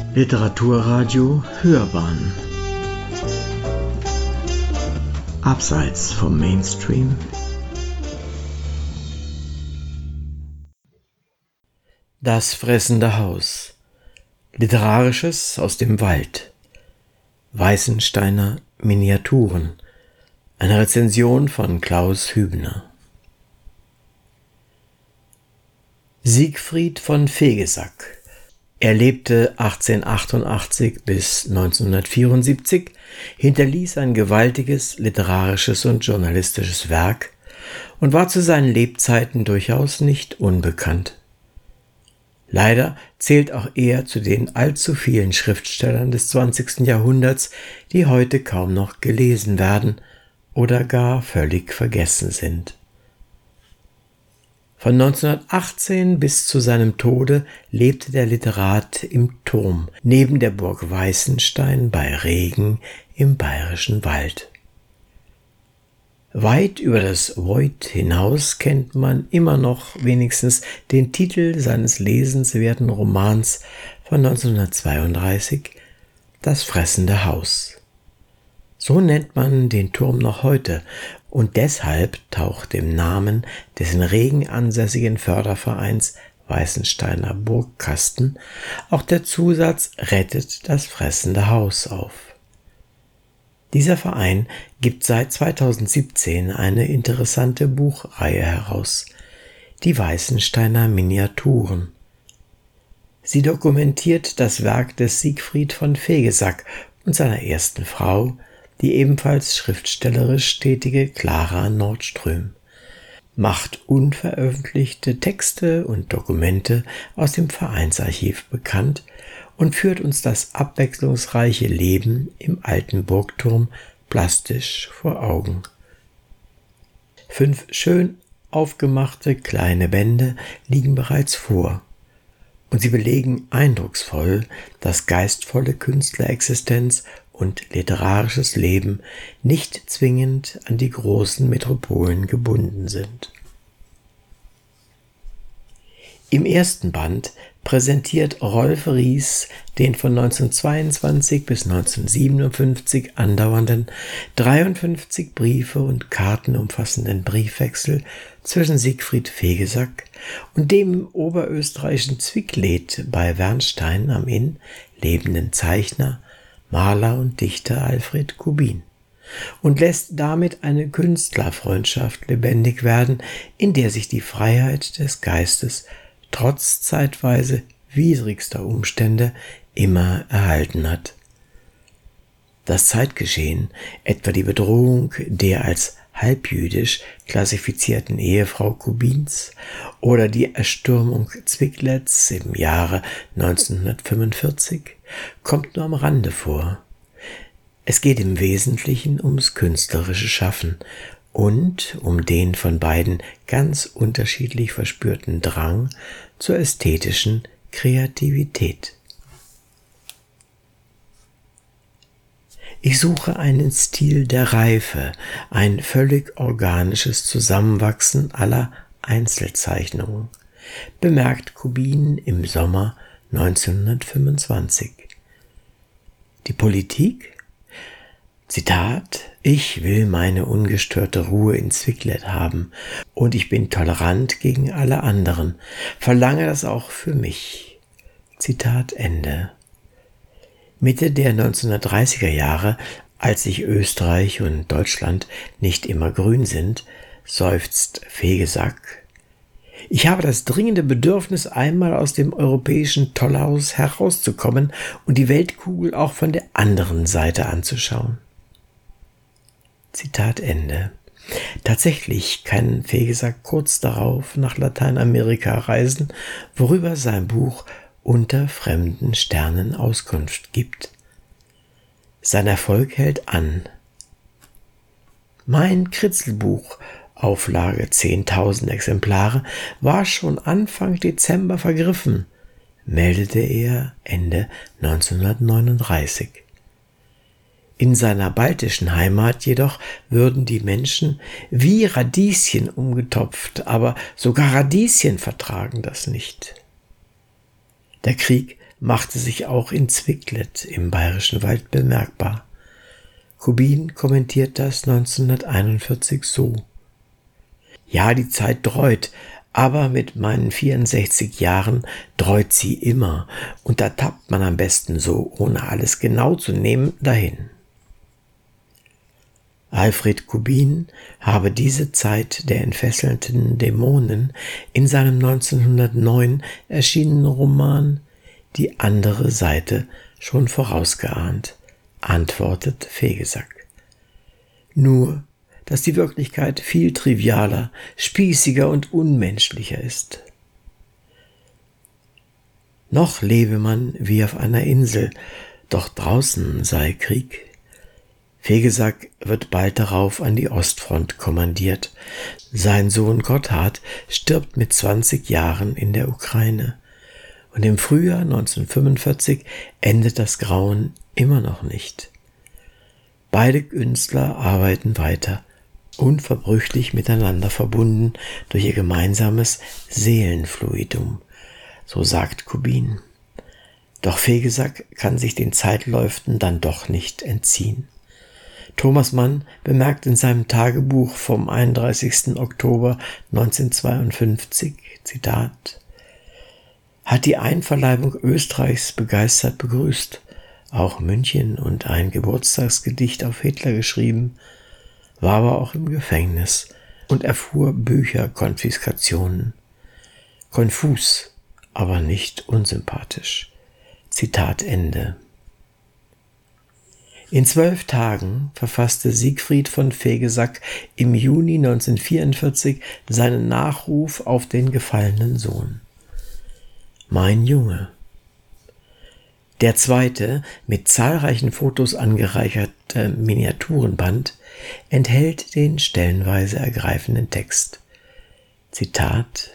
Literaturradio Hörbahn Abseits vom Mainstream. Das fressende Haus. Literarisches aus dem Wald. Weißensteiner Miniaturen. Eine Rezension von Klaus Hübner. Siegfried von Vegesack. Er lebte 1888 bis 1974, hinterließ ein gewaltiges literarisches und journalistisches Werk und war zu seinen Lebzeiten durchaus nicht unbekannt. Leider zählt auch er zu den allzu vielen Schriftstellern des 20. Jahrhunderts, die heute kaum noch gelesen werden oder gar völlig vergessen sind. Von 1918 bis zu seinem Tode lebte der Literat im Turm neben der Burg Weißenstein bei Regen im Bayerischen Wald. Weit über das Void hinaus kennt man immer noch wenigstens den Titel seines lesenswerten Romans von 1932, Das fressende Haus. So nennt man den Turm noch heute, und deshalb taucht im Namen des in Regen ansässigen Fördervereins Weißensteiner Burgkasten auch der Zusatz Rettet das fressende Haus auf. Dieser Verein gibt seit 2017 eine interessante Buchreihe heraus, die Weißensteiner Miniaturen. Sie dokumentiert das Werk des Siegfried von Vegesack und seiner ersten Frau, die ebenfalls schriftstellerisch tätige Clara Nordström, macht unveröffentlichte Texte und Dokumente aus dem Vereinsarchiv bekannt und führt uns das abwechslungsreiche Leben im alten Burgturm plastisch vor Augen. 5 schön aufgemachte kleine Bände liegen bereits vor, und sie belegen eindrucksvoll, dass geistvolle Künstlerexistenz und literarisches Leben nicht zwingend an die großen Metropolen gebunden sind. Im ersten Band präsentiert Rolf Ries den von 1922 bis 1957 andauernden 53 Briefe und Karten umfassenden Briefwechsel zwischen Siegfried Vegesack und dem im oberösterreichischen Zwickleet bei Wernstein am Inn lebenden Zeichner, Maler und Dichter Alfred Kubin und lässt damit eine Künstlerfreundschaft lebendig werden, in der sich die Freiheit des Geistes trotz zeitweise widrigster Umstände immer erhalten hat. Das Zeitgeschehen, etwa die Bedrohung der als halbjüdisch klassifizierten Ehefrau Kubins oder die Erstürmung Zwickletts im Jahre 1945, kommt nur am Rande vor. Es geht im Wesentlichen ums künstlerische Schaffen und um den von beiden ganz unterschiedlich verspürten Drang zur ästhetischen Kreativität. Ich suche einen Stil der Reife, ein völlig organisches Zusammenwachsen aller Einzelzeichnungen, bemerkt Kubin im Sommer 1925. Die Politik? Zitat: Ich will meine ungestörte Ruhe in Zwickleet haben und ich bin tolerant gegen alle anderen, verlange das auch für mich. Zitat Ende. Mitte der 1930er Jahre, als sich Österreich und Deutschland nicht immer grün sind, seufzt Vegesack: Ich habe das dringende Bedürfnis, einmal aus dem europäischen Tollhaus herauszukommen und die Weltkugel auch von der anderen Seite anzuschauen. Zitat Ende. Tatsächlich kann Vegesack kurz darauf nach Lateinamerika reisen, worüber sein Buch Unter fremden Sternen Auskunft gibt. Sein Erfolg hält an. Mein Kritzelbuch, Auflage 10.000 Exemplare, war schon Anfang Dezember vergriffen, meldete er Ende 1939. In seiner baltischen Heimat jedoch würden die Menschen wie Radieschen umgetopft, aber sogar Radieschen vertragen das nicht. Der Krieg machte sich auch in Zwicklet im Bayerischen Wald bemerkbar. Kubin kommentiert das 1941 so: Ja, die Zeit dräut, aber mit meinen 64 Jahren dräut sie immer, und da tappt man am besten so, ohne alles genau zu nehmen, dahin. Alfred Kubin habe diese Zeit der entfesselnden Dämonen in seinem 1909 erschienenen Roman Die andere Seite schon vorausgeahnt, antwortet Fegesack. Nur, dass die Wirklichkeit viel trivialer, spießiger und unmenschlicher ist. Noch lebe man wie auf einer Insel, doch draußen sei Krieg. Fegesack wird bald darauf an die Ostfront kommandiert. Sein Sohn Gotthard stirbt mit 20 Jahren in der Ukraine. Und im Frühjahr 1945 endet das Grauen immer noch nicht. Beide Künstler arbeiten weiter, unverbrüchlich miteinander verbunden durch ihr gemeinsames Seelenfluidum, so sagt Kubin. Doch Fegesack kann sich den Zeitläuften dann doch nicht entziehen. Thomas Mann bemerkt in seinem Tagebuch vom 31. Oktober 1952, Zitat, hat die Einverleibung Österreichs begeistert begrüßt, auch München und ein Geburtstagsgedicht auf Hitler geschrieben, war aber auch im Gefängnis und erfuhr Bücherkonfiskationen. Konfus, aber nicht unsympathisch. Zitat Ende. In 12 Tagen verfasste Siegfried von Fegesack im Juni 1944 seinen Nachruf auf den gefallenen Sohn. Mein Junge. Der zweite, mit zahlreichen Fotos angereicherte Miniaturenband enthält den stellenweise ergreifenden Text. Zitat: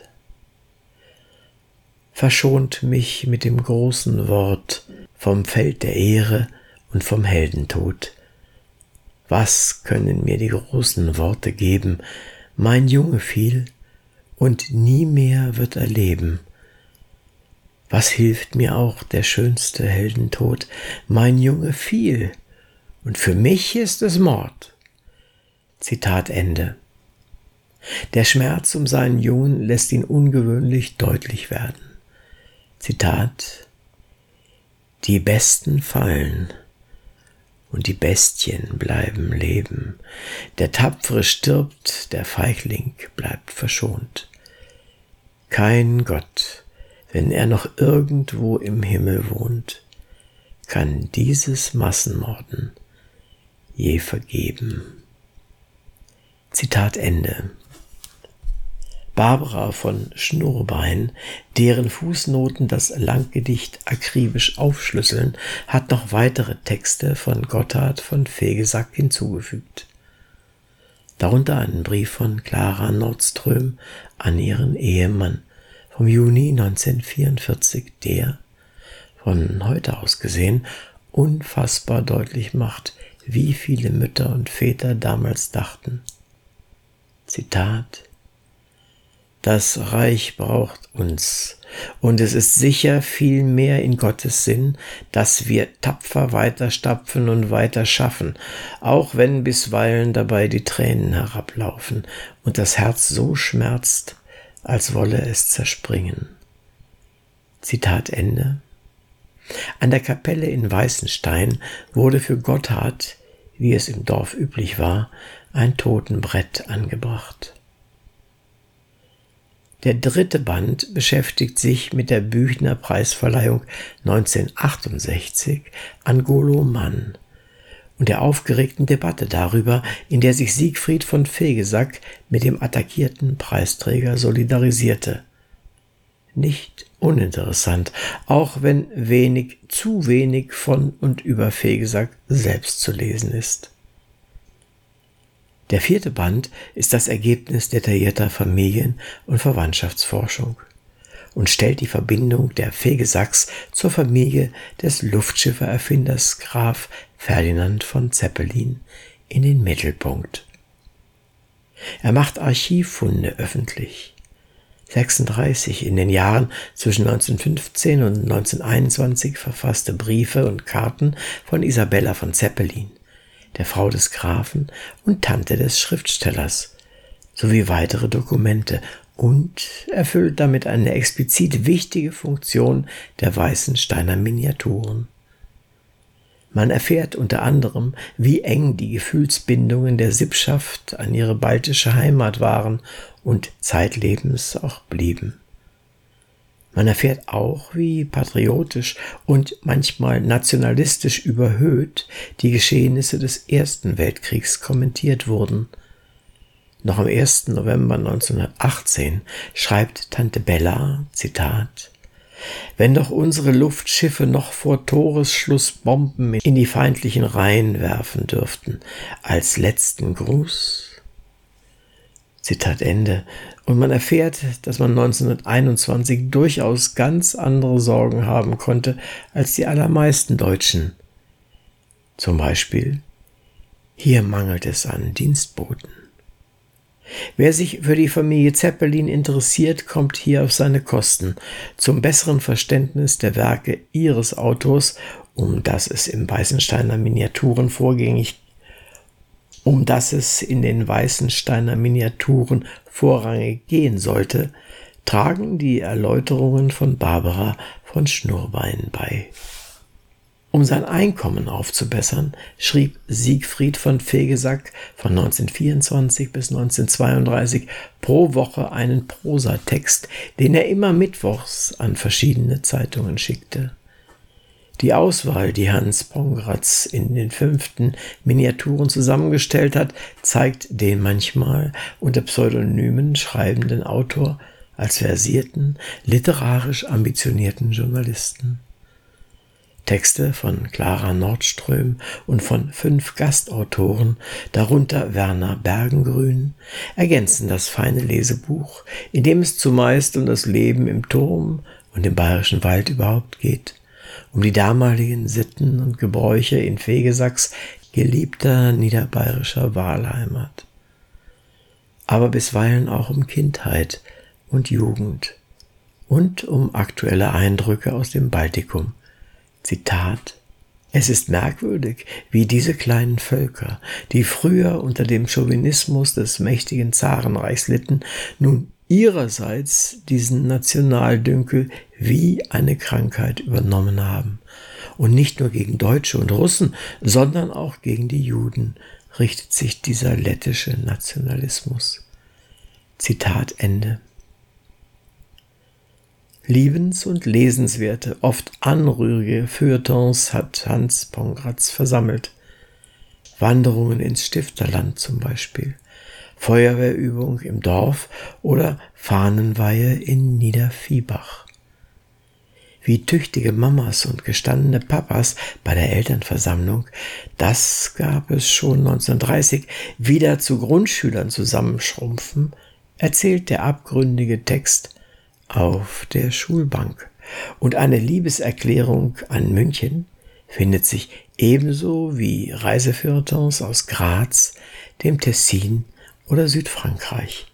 Verschont mich mit dem großen Wort vom Feld der Ehre und vom Heldentod. Was können mir die großen Worte geben? Mein Junge fiel und nie mehr wird er leben. Was hilft mir auch der schönste Heldentod? Mein Junge fiel und für mich ist es Mord. Zitat Ende. Der Schmerz um seinen Jungen lässt ihn ungewöhnlich deutlich werden. Zitat: Die Besten fallen und die Bestien bleiben leben. Der Tapfere stirbt, der Feigling bleibt verschont. Kein Gott, wenn er noch irgendwo im Himmel wohnt, kann dieses Massenmorden je vergeben. Zitat Ende. Barbara von Schnurrbein, deren Fußnoten das Langgedicht akribisch aufschlüsseln, hat noch weitere Texte von Gotthard von Fegesack hinzugefügt. Darunter einen Brief von Clara Nordström an ihren Ehemann vom Juni 1944, der, von heute aus gesehen, unfassbar deutlich macht, wie viele Mütter und Väter damals dachten. Zitat: Das Reich braucht uns, und es ist sicher viel mehr in Gottes Sinn, dass wir tapfer weiterstapfen und weiter schaffen, auch wenn bisweilen dabei die Tränen herablaufen und das Herz so schmerzt, als wolle es zerspringen. Zitat Ende. An der Kapelle in Weißenstein wurde für Gotthard, wie es im Dorf üblich war, ein Totenbrett angebracht. Der dritte Band beschäftigt sich mit der Büchner Preisverleihung 1968 an Golo Mann und der aufgeregten Debatte darüber, in der sich Siegfried von Fegesack mit dem attackierten Preisträger solidarisierte. Nicht uninteressant, auch wenn zu wenig von und über Fegesack selbst zu lesen ist. Der vierte Band ist das Ergebnis detaillierter Familien- und Verwandtschaftsforschung und stellt die Verbindung der Fegesacks zur Familie des Luftschiffererfinders Graf Ferdinand von Zeppelin in den Mittelpunkt. Er macht Archivfunde öffentlich. 36 in den Jahren zwischen 1915 und 1921 verfasste Briefe und Karten von Isabella von Zeppelin, der Frau des Grafen und Tante des Schriftstellers, sowie weitere Dokumente, und erfüllt damit eine explizit wichtige Funktion der Weißensteiner Miniaturen. Man erfährt unter anderem, wie eng die Gefühlsbindungen der Sippschaft an ihre baltische Heimat waren und zeitlebens auch blieben. Man erfährt auch, wie patriotisch und manchmal nationalistisch überhöht die Geschehnisse des Ersten Weltkriegs kommentiert wurden. Noch am 1. November 1918 schreibt Tante Bella, Zitat: »Wenn doch unsere Luftschiffe noch vor Toresschluss Bomben in die feindlichen Reihen werfen dürften, als letzten Gruß.« Zitat Ende. Und man erfährt, dass man 1921 durchaus ganz andere Sorgen haben konnte als die allermeisten Deutschen. Zum Beispiel: Hier mangelt es an Dienstboten. Wer sich für die Familie Zeppelin interessiert, kommt hier auf seine Kosten. Zum besseren Verständnis der Werke ihres Autors, um das es in den Weißensteiner Miniaturen vorrangig gehen sollte, tragen die Erläuterungen von Barbara von Schnurrbein bei. Um sein Einkommen aufzubessern, schrieb Siegfried von Fegesack von 1924 bis 1932 pro Woche einen Prosatext, den er immer mittwochs an verschiedene Zeitungen schickte. Die Auswahl, die Hans Pongratz in den 5. Miniaturen zusammengestellt hat, zeigt den manchmal unter Pseudonymen schreibenden Autor als versierten, literarisch ambitionierten Journalisten. Texte von Clara Nordström und von 5 Gastautoren, darunter Werner Bergengrün, ergänzen das feine Lesebuch, in dem es zumeist um das Leben im Turm und im Bayerischen Wald überhaupt geht, um die damaligen Sitten und Gebräuche in Fegesacks geliebter niederbayerischer Wahlheimat. Aber bisweilen auch um Kindheit und Jugend und um aktuelle Eindrücke aus dem Baltikum. Zitat: »Es ist merkwürdig, wie diese kleinen Völker, die früher unter dem Chauvinismus des mächtigen Zarenreichs litten, nun ihrerseits diesen Nationaldünkel wie eine Krankheit übernommen haben. Und nicht nur gegen Deutsche und Russen, sondern auch gegen die Juden richtet sich dieser lettische Nationalismus.« Zitat Ende. Liebens- und lesenswerte, oft anrührige Feuilletons hat Hans Pongratz versammelt. Wanderungen ins Stifterland zum Beispiel, Feuerwehrübung im Dorf oder Fahnenweihe in Niederviehbach. Wie tüchtige Mamas und gestandene Papas bei der Elternversammlung, das gab es schon 1930, wieder zu Grundschülern zusammenschrumpfen, erzählt der abgründige Text Auf der Schulbank. Und eine Liebeserklärung an München findet sich ebenso wie Reisefeuilletons aus Graz, dem Tessin oder Südfrankreich.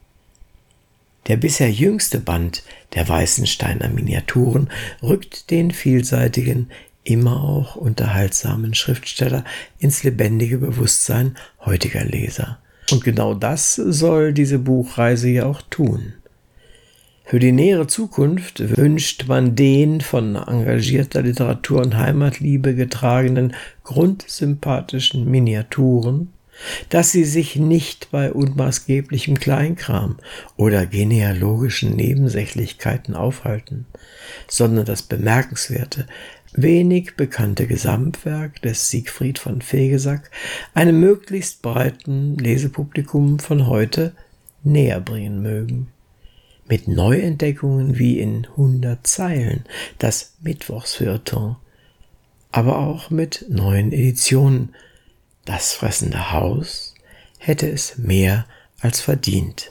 Der bisher jüngste Band der Weißensteiner Miniaturen rückt den vielseitigen, immer auch unterhaltsamen Schriftsteller ins lebendige Bewusstsein heutiger Leser. Und genau das soll diese Buchreise ja auch tun. Für die nähere Zukunft wünscht man den von engagierter Literatur und Heimatliebe getragenen grundsympathischen Miniaturen, dass sie sich nicht bei unmaßgeblichem Kleinkram oder genealogischen Nebensächlichkeiten aufhalten, sondern das bemerkenswerte, wenig bekannte Gesamtwerk des Siegfried von Fegesack einem möglichst breiten Lesepublikum von heute näher bringen mögen. Mit Neuentdeckungen wie in 100 Zeilen, das Mittwochsfeuilleton, aber auch mit neuen Editionen. Das fressende Haus hätte es mehr als verdient.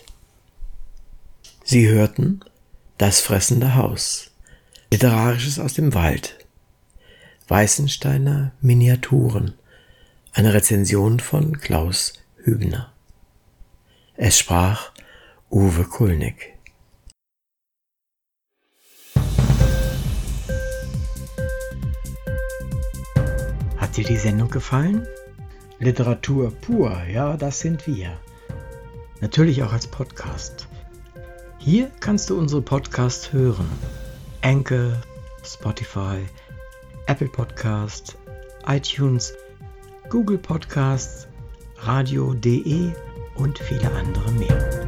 Sie hörten Das fressende Haus, Literarisches aus dem Wald, Weißensteiner Miniaturen, eine Rezension von Klaus Hübner. Es sprach Uwe Kulnig. Hat dir die Sendung gefallen? Literatur pur, ja, das sind wir. Natürlich auch als Podcast. Hier kannst du unsere Podcasts hören. Anchor, Spotify, Apple Podcast, iTunes, Google Podcasts, radio.de und viele andere mehr.